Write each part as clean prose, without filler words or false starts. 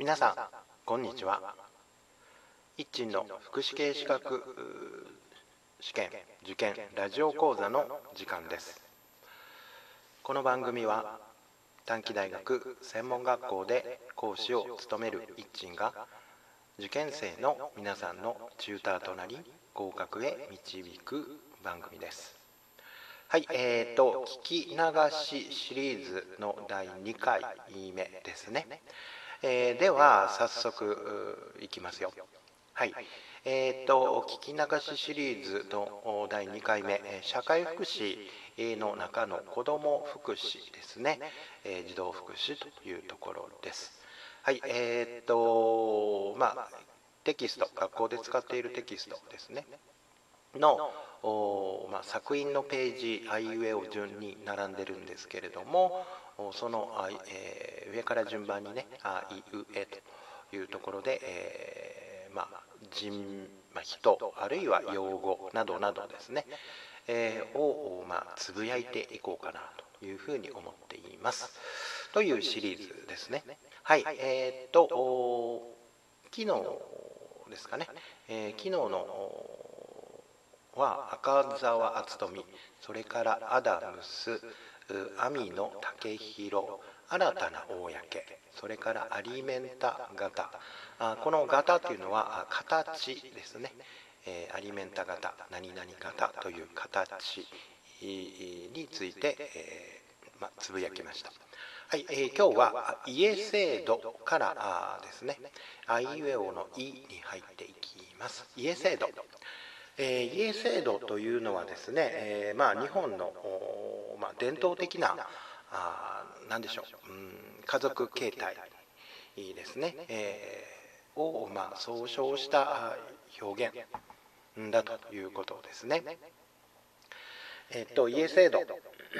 皆さんこんにちは。一鎮の福祉系資格試験受験ラジオ講座の時間です。この番組は短期大学専門学校で講師を務める一鎮が受験生の皆さんのチューターとなり合格へ導く番組です。はい、聞き流しシリーズの第2回目ですね。では早速いきますよ。はい、聞き流しシリーズの第2回目、社会福祉の中の子ども福祉ですね、児童福祉というところです。はい、テキスト、学校で使っているテキストですねの作品のページあいうえお順に並んでるんですけれども、その上から順番にねあいうえというところで、人あるいは用語などなどですね、をつぶやいていこうかなというふうに思っていますというシリーズですね。はい、昨日ですかね、昨日のは赤澤敦富、それからアダムス、網野武弘、新たな公、それからアリメンタ型、この型というのは形ですね。アリメンタ型、何々型という形について、つぶやきました。はい、今日は家制度からですね、あいうえおのいに入っていきます。家制度。家制度というのはですね、日本の、伝統的な何でしょう、家族形態ですね、を、総称した表現だということですね。家制度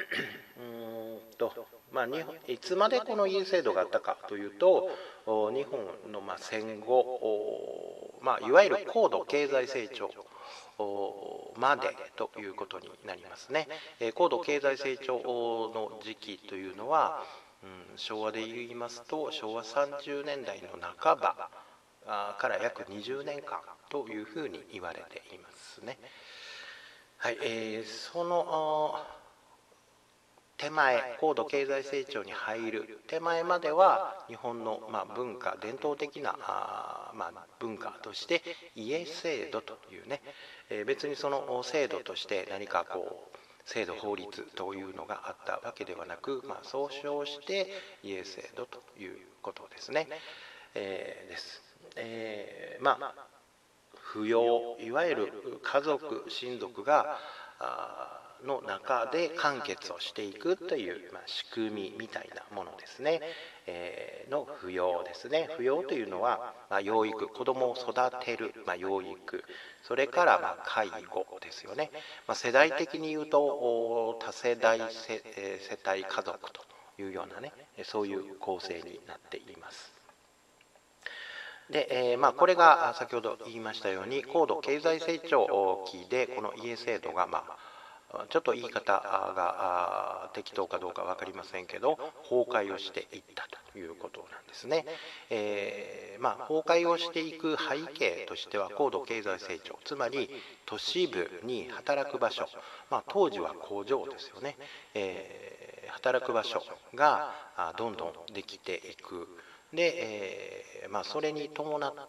いつまでこの家制度があったかというと、日本の戦後、いわゆる高度経済成長までということになりますね。高度経済成長の時期というのは、昭和で言いますと昭和30年代の半ばから約20年間というふうに言われていますね。はい、その手前、高度経済成長に入る手前までは日本の文化、伝統的な文化として家制度というね、別にその制度として何か制度法律というのがあったわけではなく、総称して家制度ということですね。です。扶養、いわゆる家族親族がの中で完結をしていくという、仕組みみたいなものですね、の扶養ですね。扶養というのは、養育、子どもを育てる、養育、それから介護ですよね。世代的に言うと多世代世帯家族というようなね、そういう構成になっています。で、これが先ほど言いましたように高度経済成長期でこの家制度がちょっと言い方が適当かどうか分かりませんけど崩壊をしていったということなんですね。崩壊をしていく背景としては高度経済成長、つまり都市部に働く場所、当時は工場ですよね、働く場所がどんどんできていく。で、それに伴って、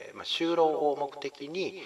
就労を目的に、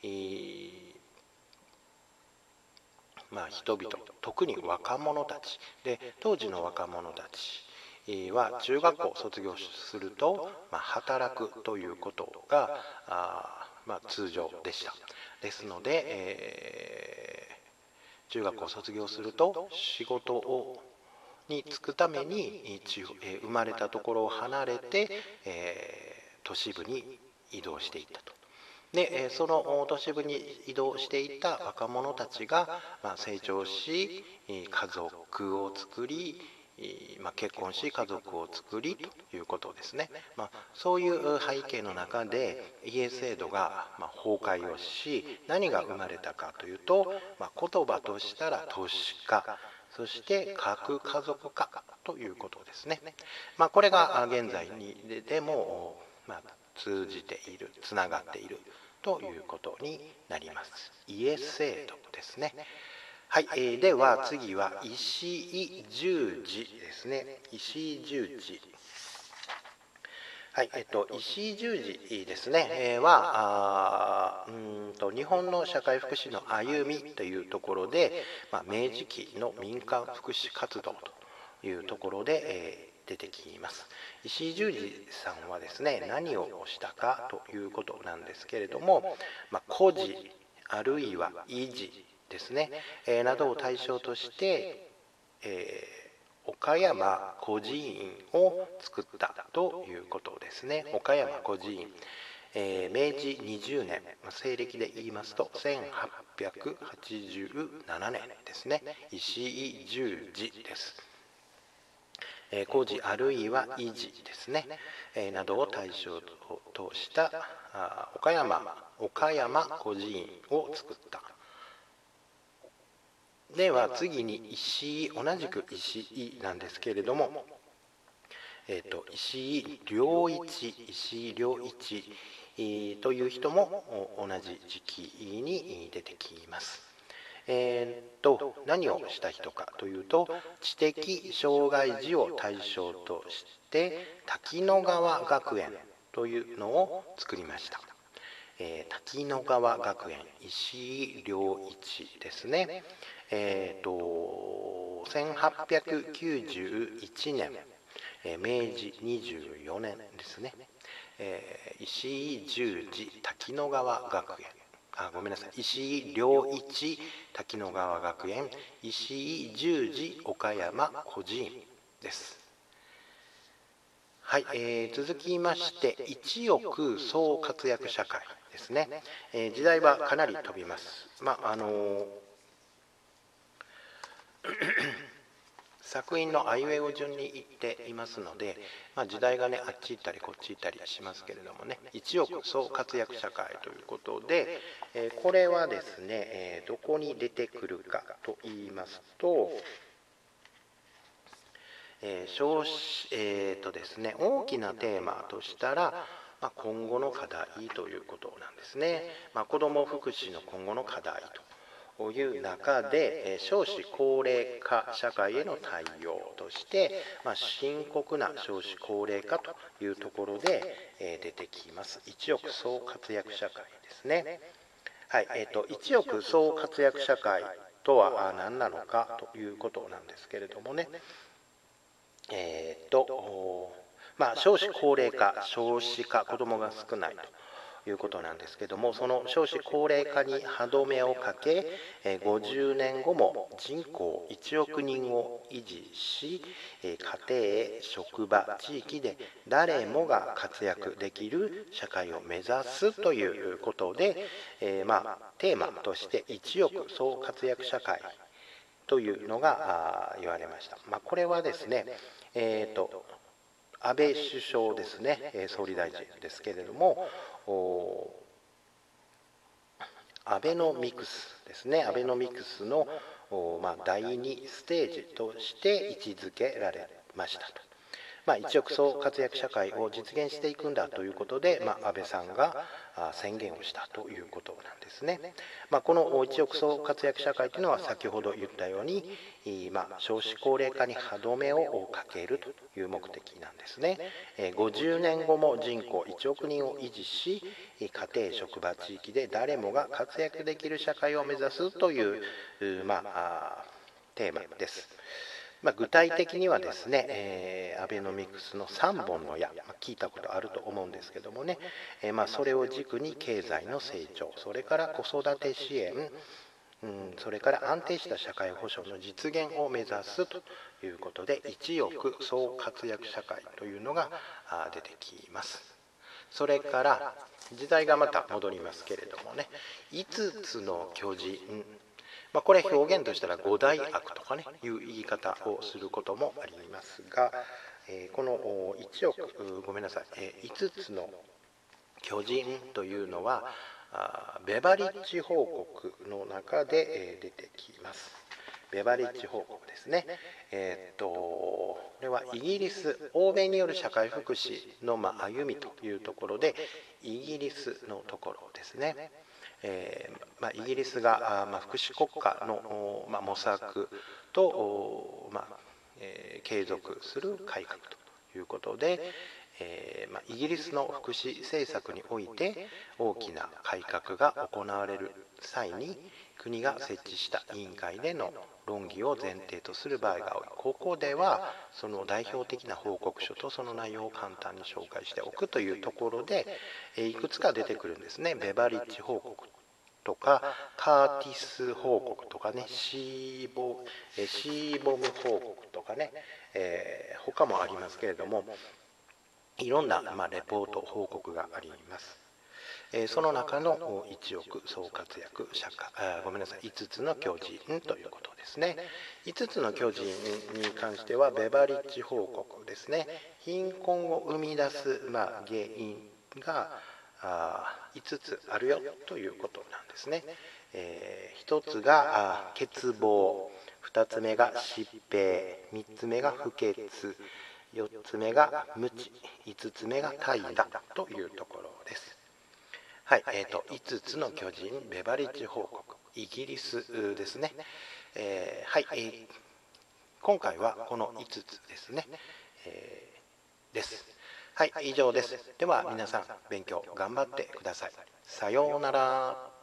人々、特に若者たちで、当時の若者たちは中学校を卒業すると、働くということが通常でした。ですので、中学校を卒業すると仕事に就くために生まれたところを離れて、都市部に移動していったと。でその都市部に移動していった若者たちが成長し家族を作り結婚し家族を作りということですね。そういう背景の中で家制度が崩壊をし、何が生まれたかというと、言葉としたら都市化、そして核家族化ということですね。これが現在にでも、通じている、つながっているということになります。家制度ですね。はい、では次は石井十字ですね。石井十字。はい、石井十字ですね、日本の社会福祉の歩みというところで、明治期の民間福祉活動というところで、出てきます。石井十字さんはですね、何をしたかということなんですけれども、孤児あるいは維持ですね、などを対象として、岡山孤児院を作ったということですね。岡山孤児院、明治20年、西暦で言いますと1887年ですね。石井十字です。孤児あるいは維持ですね、などを対象とした岡山孤児院を作った。では次に同じく石井なんですけれども、石井良一という人も同じ時期に出てきます。何をした人かというと、知的障害児を対象として滝野川学園というのを作りました。滝野川学園、石井良一ですね。1891年、明治24年ですね。石井十字滝野川学園、ごめんなさい、石井良一滝野川学園、石井十字岡山孤児院です。はい、続きまして一億総活躍社会ですね。時代はかなり飛びます。作品のあいうえお順にいっていますので、時代がねあっち行ったりこっち行ったりしますけれどもね、一億総活躍社会ということで、これはですね、どこに出てくるかと言いますと、ですね、大きなテーマとしたら、今後の課題ということなんですね。子ども福祉の今後の課題という中で、少子高齢化社会への対応として、深刻な少子高齢化というところで、出てきます。一億総活躍社会ですね。はい、一億総活躍社会とは何なのかということなんですけれどもね、少子高齢化、少子化、子どもが少ないということなんですけども、その少子高齢化に歯止めをかけ、50年後も人口1億人を維持し、家庭、職場、地域で誰もが活躍できる社会を目指すということで、テーマとして一億総活躍社会というのが言われました。これはですね、安倍首相ですね、総理大臣ですけれども、アベノミクスですね、アベノミクスの第2ステージとして位置づけられましたと。一億総活躍社会を実現していくんだということで、安倍さんが宣言をしたということなんですね。この一億総活躍社会というのは先ほど言ったように、少子高齢化に歯止めをかけるという目的なんですね。50年後も人口1億人を維持し、家庭、職場、地域で誰もが活躍できる社会を目指すという、テーマです。具体的にはですね、アベノミクスの3本の矢、聞いたことあると思うんですけどもね、それを軸に経済の成長、それから子育て支援、それから安定した社会保障の実現を目指すということで、一億総活躍社会というのが出てきます。それから時代がまた戻りますけれどもね、5つの巨人、これ表現としたら五大悪とかねいう言い方をすることもありますが、この5つの巨人というのはベバリッジ報告の中で出てきます。 ベバリッジ報告ですね。これはイギリス、欧米による社会福祉の歩みというところで、イギリスのところですね。イギリスが福祉国家の模索と継続する改革ということで、イギリスの福祉政策において大きな改革が行われる際に、国が設置した委員会での論議を前提とする場合が多い。ここではその代表的な報告書とその内容を簡単に紹介しておくというところで、いくつか出てくるんですね。ベバリッジ報告とかカーティス報告とかね、シーボム報告とかね、他もありますけれども、いろんなレポート報告があります。その中の1億総活躍5つの巨人ということですね。5つの巨人に関してはベバリッジ報告ですね。貧困を生み出す原因が5つあるよということなんですね。1つが欠乏、2つ目が疾病、3つ目が不潔、4つ目が無知、5つ目が怠惰というところです。はい、5つの巨人ベバリッジ報告、イギリスですね。はい、今回はこの5つですね。です。はい、以上です。では皆さん勉強頑張ってください。さようなら。